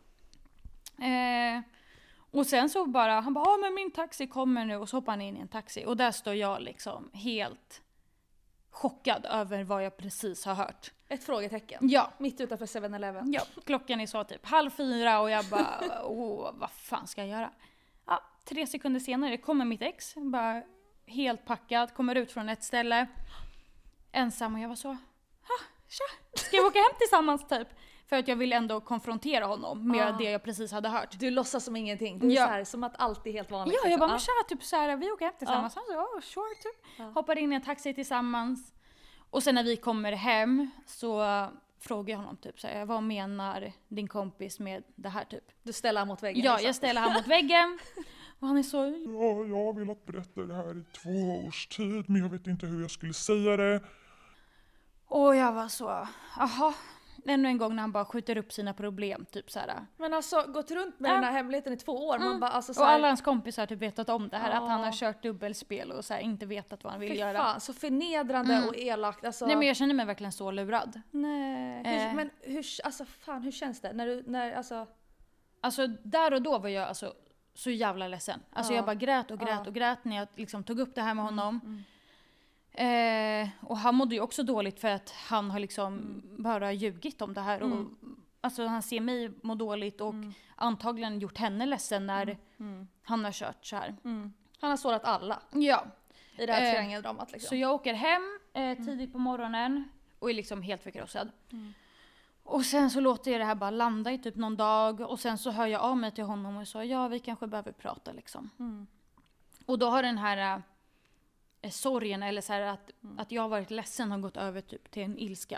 Och sen så bara, han bara, men min taxi kommer nu och så hoppar han in i en taxi. Och där står jag liksom helt chockad över vad jag precis har hört. Ett frågetecken. Ja. Mitt utanför 7-Eleven. Ja, klockan är så typ 3:30 och jag bara, vad fan ska jag göra? Ja, 3 sekunder senare kommer mitt ex, bara helt packad, kommer ut från ett ställe, ensam och jag var så, tja, ska vi åka hem tillsammans typ? För att jag vill ändå konfrontera honom med det jag precis hade hört. Du låtsas som ingenting. Det är så här, som att allt är helt vanligt. Ja, jag bara, men tja, typ så här, vi åker hem tillsammans. Han så, sure typ. Hoppar in i en taxi tillsammans. Och sen när vi kommer hem så frågar jag honom typ så här, vad menar din kompis med det här typ? Du ställer han mot väggen. Ja, liksom. jag ställer han mot väggen. Och han är så, Ja, jag har velat berätta det här i 2 års tid, men jag vet inte hur jag skulle säga det. och jag var så, jaha. Ännu en gång när han bara skjuter upp sina problem, typ så här. Men alltså, gått runt med den här hemligheten i 2 år. Man bara, alltså, så Och här, alla hans kompisar har typ vetat om det här, att han har kört dubbelspel och så här, inte vetat vad han vill göra. fan, så förnedrande och elakt. Alltså, Nej men jag känner mig verkligen så lurad. nej. Men hur känns det? Alltså där och då var jag alltså så jävla ledsen. Alltså jag bara grät och grät när jag liksom tog upp det här med honom. Och han mådde ju också dåligt för att han har liksom bara ljugit om det här. Och, alltså han ser mig må dåligt och antagligen gjort henne ledsen när han har kört så här. Han har sårat alla Ja. i det här triangeldramat liksom. Så jag åker hem tidigt på morgonen och är liksom helt förkrossad. Och sen så låter jag det här bara landa i typ någon dag. Och sen så hör jag av mig till honom och sa, ja vi kanske behöver prata liksom. Och då har den här sorgen eller så här att jag har varit ledsen har gått över typ till en ilska.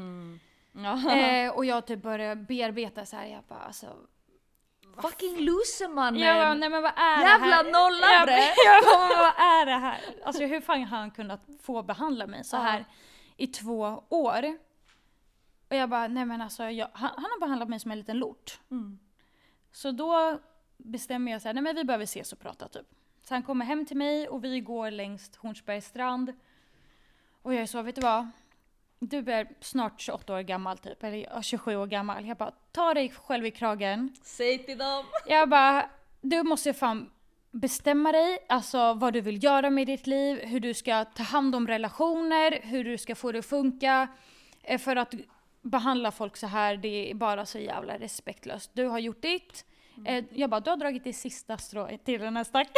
Och jag typ börjar bearbeta så här, jag bara alltså fucking loser-mannen! jag bara, nej men vad är Jävla det här? nollare! Jag bara, vad är det här? Alltså hur fan har han kunnat få behandla mig så här i 2 år? Och jag bara, nej men alltså han har behandlat mig som en liten lort. Så då bestämmer jag så här, nej men vi behöver ses och prata typ. Så han kommer hem till mig och vi går längs Hornsbergs strand. Och jag är så, vet du vad? Du är snart 28 år gammal typ, eller 27 år gammal. Jag bara, ta dig själv i kragen. Säg till dem! Jag bara, du måste fan bestämma dig, alltså vad du vill göra med ditt liv, hur du ska ta hand om relationer, hur du ska få det att funka. För att behandla folk så här, det är bara så jävla respektlöst. Du har gjort ditt. Jag bara, du har dragit det sista strået till den här stacken.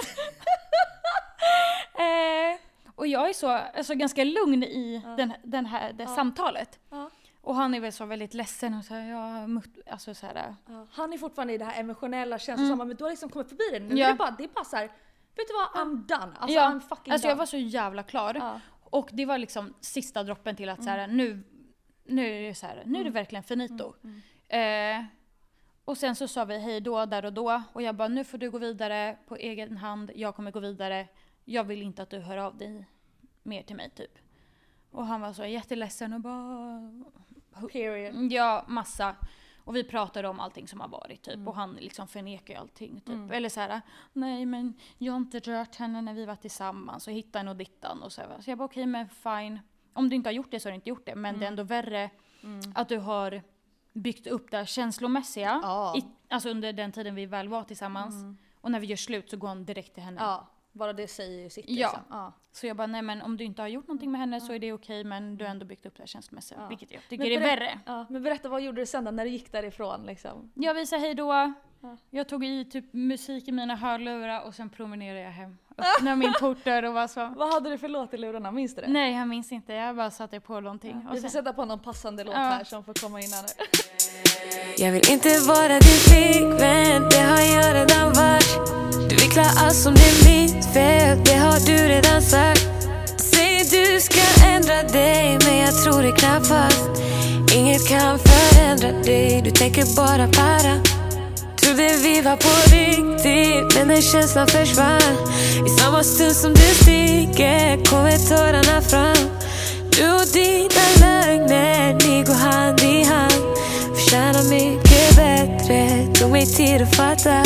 Och jag är så alltså, ganska lugn i det här samtalet. Och han är väl så väldigt ledsen och så här, alltså så här. Han är fortfarande i det här emotionella känslosamma, men du har liksom kommit förbi det nu. Det är bara så här, vet du vad, I'm done. Alltså I'm fucking alltså done. jag var så jävla klar. Och det var liksom sista droppen till att så här, nu är det så här, nu är det verkligen finito. Och sen så sa vi hej då, där och då. Och jag bara, nu får du gå vidare på egen hand. Jag kommer gå vidare. Jag vill inte att du hör av dig mer till mig typ. Och han var så jätteledsen och bara... Period. Ja, massa. Och vi pratade om allting som har varit typ. Och han liksom förnekar ju allting typ. Eller så här, nej men jag har inte rört henne när vi var tillsammans. Och hittan och dittan och så här. Så jag bara, okej, men fine. Om du inte har gjort det så har du inte gjort det. Men det är ändå värre att du har byggt upp det känslomässiga. Alltså under den tiden vi väl var tillsammans. Och när vi gör slut så går han direkt till henne. Ja, bara det säger ju sitt liksom. Så jag bara, nej men om du inte har gjort någonting med henne så är det okej, men du har ändå byggt upp det här känslomässiga. Vilket jag tycker är värre. Men berätta, vad gjorde du sen då, när du gick därifrån liksom? Jag visade hej då. Jag tog i typ musik i mina hörlurar och sen promenerade jag hem. när min portdörr och var så. Vad hade du för låt i lurarna? Minns du det? Nej, jag minns inte. Jag bara satte på någonting. Vi får sätta på någon passande låt här som får komma in här nu. Jag vill inte vara din flickvän, det har jag redan varit. Du vill klä allt som det är mitt fel, det har du redan sagt. Säger du ska ändra dig, men jag tror det knappast. Inget kan förändra dig, du tänker bara para. Trodde vi var på riktigt, men den känslan försvann. I samma stund som du sticker kommer tårarna fram. Du och dina lögner, ni går hand i hand. Förtjänar mycket bättre, tog mig tid att fatta.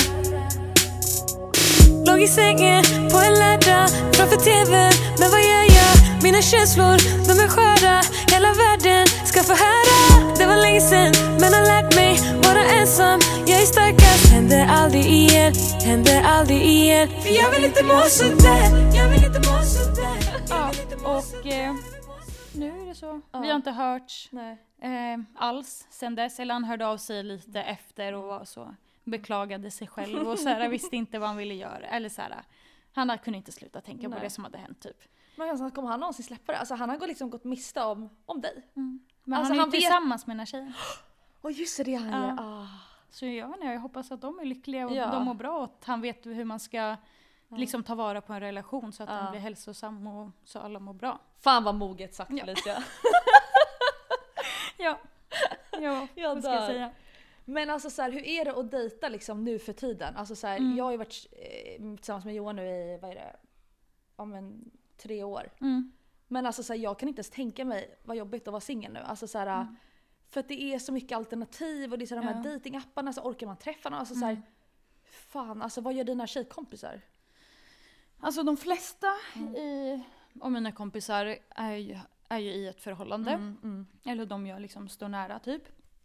Låg i sängen på en lördag framför tvn, men vad gör jag? Mina känslor, de är sköra. Hela världen ska få höra. Det var länge sen, men har lärt mig vara ensam. Jag är starkast, händer aldrig igen. Händer aldrig igen. För jag vill inte må sådär. Jag vill inte må sådär. Ja, och nu är det så. Vi har inte hört alls sen dess. Eller han hörde av sig lite efter och var så, beklagade sig själv och så här, visste inte vad han ville göra. Eller så här, han kunde inte sluta tänka på det som hade hänt typ. Men alltså, kommer han någonsin släppa det? Alltså han har liksom gått miste om dig. Men alltså, han är ju tillsammans med den här tjejen. Och just det han gör. Så jag hoppas att de är lyckliga och de mår bra. Och att han vet hur man ska liksom ta vara på en relation så att den blir hälsosam och så alla mår bra. Fan vad moget sagt Felicia. Ja, vad ska jag säga? Men alltså så här, hur är det att dejta liksom nu för tiden? Alltså så här, jag har ju varit tillsammans med Johan nu i, vad är det? Ja men 3 år. Men alltså så här, jag kan inte ens tänka mig vad jobbigt att vara singel nu. Alltså så här, för att det är så mycket alternativ och det är så de här datingapparna, så orkar man träffa någon. Alltså så här, fan, alltså vad gör dina tjejkompisar? Alltså de flesta av mina kompisar är ju i ett förhållande. Eller de jag liksom står nära typ.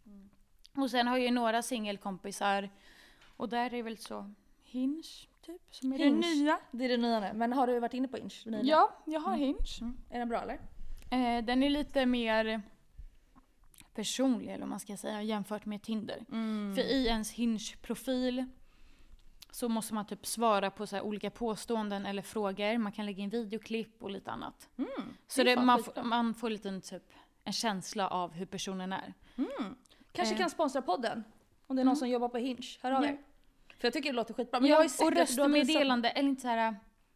Och sen har jag ju några singelkompisar. Och där är det väl så Hinge typ som är det nya. Det är det nya nu. Men har du varit inne på Hinge? Ja, jag har Hinge. Är den bra eller? Den är lite mer personlig eller vad man ska säga jämfört med Tinder. För i ens Hinge-profil så måste man typ svara på så här olika påståenden eller frågor. Man kan lägga in videoklipp och lite annat. Så man får lite typ en känsla av hur personen är. Kanske kan sponsra podden. Om det är någon som jobbar på Hinge. Hör av er. För jag tycker det låter skitbra. Men jag har ju sett och röstmeddelande, eller inte så här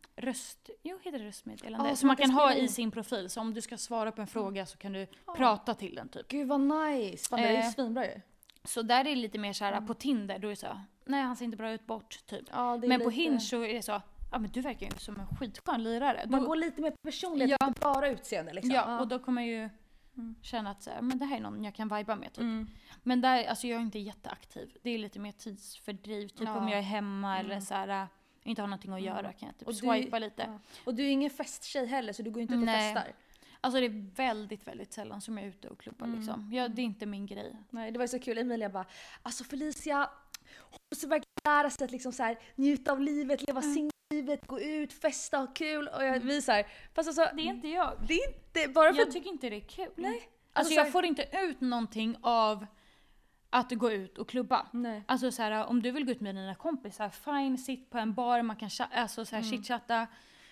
heter det röstmeddelande. Så man kan ha i sin profil. Så om du ska svara på en fråga så kan du prata till den typ. Gud vad nice. Fan, det är svinbra ju. Så där är det lite mer så här på Tinder. Då är det så, nej han ser inte bra ut bort typ. Ja, men på Hinge så är det så, ja men du verkar ju som en skitskön lirare. Man går lite mer på personlighet, inte bara utseende liksom. Ja, och då kommer jag ju känna att så här, men det här är någon jag kan viba med typ. Men där, alltså jag är inte jätteaktiv. Det är lite mer tidsfördriv. Typ om jag är hemma eller så här, inte har någonting att göra kan jag typ swipa lite. Ja. Och du är ingen festtjej heller så du går inte ut och festar. Alltså det är väldigt, väldigt sällan som jag är ute och klubbar liksom. Det är inte min grej. Nej, det var så kul. Emilia bara, alltså Felicia, hon måste verkligen lära sig att liksom så här, njuta av livet, leva singellivet, gå ut, festa, ha kul. Och jag visar. Fast alltså, det är inte jag. Det är inte bara för jag tycker inte det är kul. Nej. Alltså jag får inte ut någonting av att gå ut och klubba. Nej. Alltså så här, om du vill gå ut med dina kompisar, fine, sitt på en bar, man kan alltså så här chitchatta.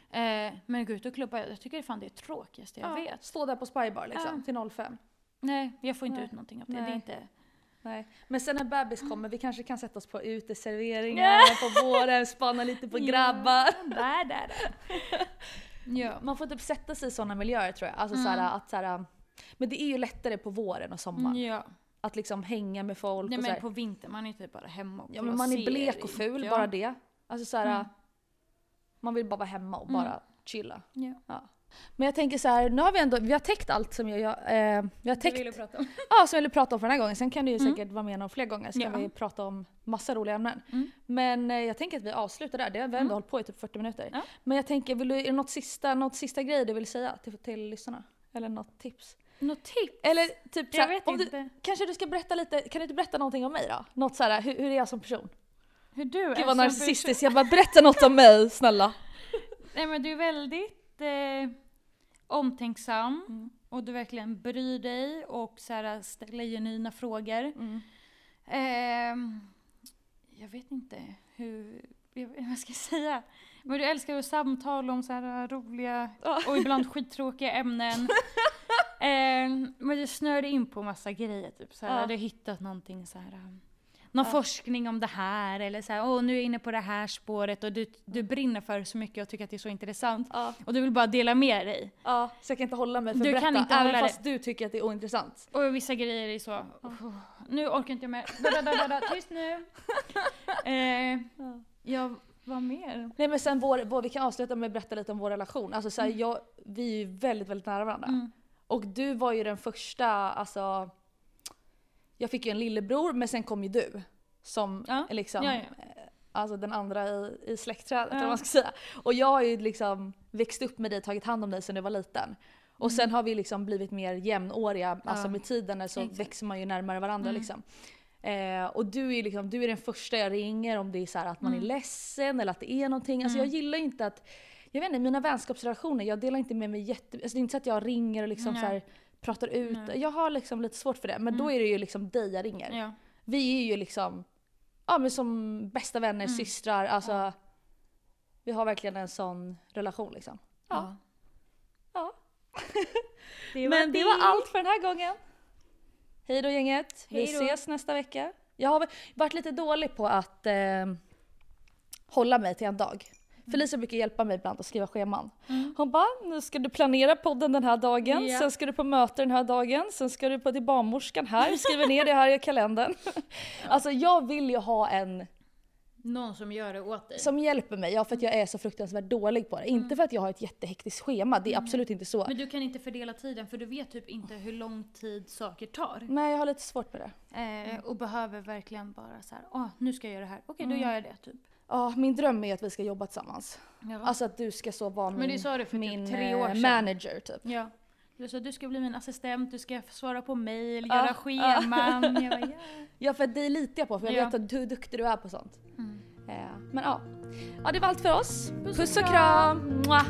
Men gå ut och klubba, jag tycker fan det är tråkigt jag vet. Stå där på Spybar liksom, till 05. Nej, jag får inte ut någonting av det. Det är inte... Nej. Men sen när bebis kommer, vi kanske kan sätta oss på uteserveringar på våren, spana lite på grabbar. Där. Ja. Man får typ sätta sig i sådana miljöer tror jag. Alltså såhär, men det är ju lättare på våren och sommaren. Ja. Att liksom hänga med folk. Nej, och men på vintern, man är typ bara hemma och ja, men man är blek och ful, bara det. Alltså såhär, man vill bara vara hemma och bara chilla. Ja. Men jag tänker så här, nu har vi har täckt allt som vi har täckt. Vill prata om. Ja, som jag ville prata om för den här gången. Sen kan du ju säkert vara med några fler gånger. Så kan vi prata om massa roliga ämnen. Men jag tänker att vi avslutar där. Det har vi ändå hållit på i typ 40 minuter. Ja. Men jag tänker, är det något sista grej du vill säga till lyssnarna? Eller något tips? Något tips? Eller typ jag vet inte. Kanske du ska berätta lite, kan du inte berätta någonting om mig då? Något så här, hur är jag som person? Hur du är Gud vad narcissistisk, jag bara berätta något om mig, snälla. Nej men du är väldigt omtänksam och du verkligen bryr dig och så här, ställer genuina frågor. Jag vet inte vad ska jag säga? Men du älskar att samtala om så här roliga och ibland skittråkiga ämnen. Men du snörde in på massa grejer. Typ, så här, du har hittat någonting så här... Någon forskning om det här. Eller så här, nu är jag inne på det här spåret. Och du brinner för så mycket och tycker att det är så intressant. Och du vill bara dela med dig. Ja, så jag kan inte hålla mig för att du berätta. Kan inte även hålla fast du tycker att det är ointressant. Och vissa grejer är så... nu orkar inte jag med. Tyst nu. Vad mer? Nej, men sen vi kan avsluta med att berätta lite om vår relation. Alltså så här, vi är ju väldigt, väldigt nära varandra. Och du var ju den första, alltså... Jag fick ju en lillebror, men sen kom ju du. Som liksom... Alltså den andra i släktträdet, eller vad man ska säga. Och jag har ju liksom växt upp med dig, tagit hand om dig sedan du var liten. Och sen har vi liksom blivit mer jämnåriga, alltså med tiden så växer man ju närmare varandra liksom. Och du är den första jag ringer om det är så här att man är ledsen eller att det är någonting. Alltså jag gillar inte att, jag vet inte, mina vänskapsrelationer, jag delar inte med mig alltså det är inte så att jag ringer och liksom så här pratar ut. Jag har liksom lite svårt för det, men då är det ju liksom dig jag ringer. Ja. Vi är ju liksom men som bästa vänner, systrar, alltså vi har verkligen en sån relation liksom. Ja. Men det var allt för den här gången. Hej då gänget. Vi ses nästa vecka. Jag har varit lite dålig på att hålla mig till en dag. Felicia brukar hjälpa mig ibland att skriva scheman. Hon bara, nu ska du planera podden den här dagen. Sen ska du på möte den här dagen. Sen ska du på till barnmorskan här. Skriver ner det här i kalendern. Alltså jag vill ju ha någon som gör det åt dig. Som hjälper mig, för att jag är så fruktansvärt dålig på det. Inte för att jag har ett jättehektiskt schema, det är absolut inte så. Men du kan inte fördela tiden, för du vet typ inte hur lång tid saker tar. Nej, jag har lite svårt med det. Och behöver verkligen bara så här, nu ska jag göra det här. Okej, då gör jag det typ. Ja, min dröm är att vi ska jobba tillsammans. Ja. Alltså att du ska så vara men det sa du för min 3 år sedan. Manager typ. Ja. Du sa du ska bli min assistent, du ska svara på mejl, göra scheman. Jag bara, ja, för det litar jag på, för jag vet att hur duktig du är på sånt. Men det var allt för oss. Puss och kram. Mwah.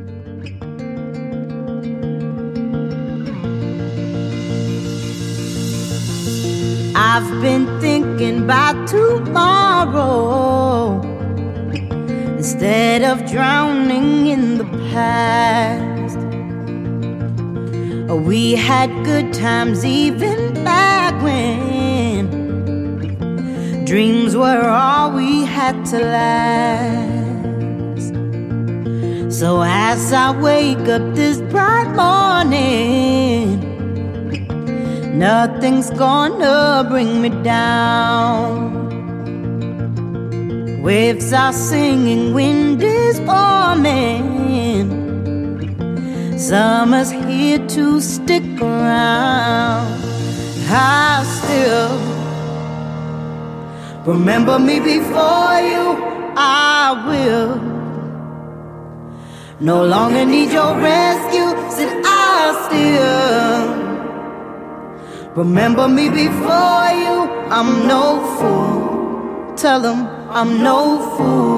I've been thinking about tomorrow instead of drowning in the past. We had good times even back when dreams were all we had to last. So as I wake up this bright morning, nothing's gonna bring me down. Waves are singing, wind is forming. Summer's here to stick around. I still remember me before you, I will no longer need your rescue, said I still remember me before you, I'm no fool, tell them I'm no fool.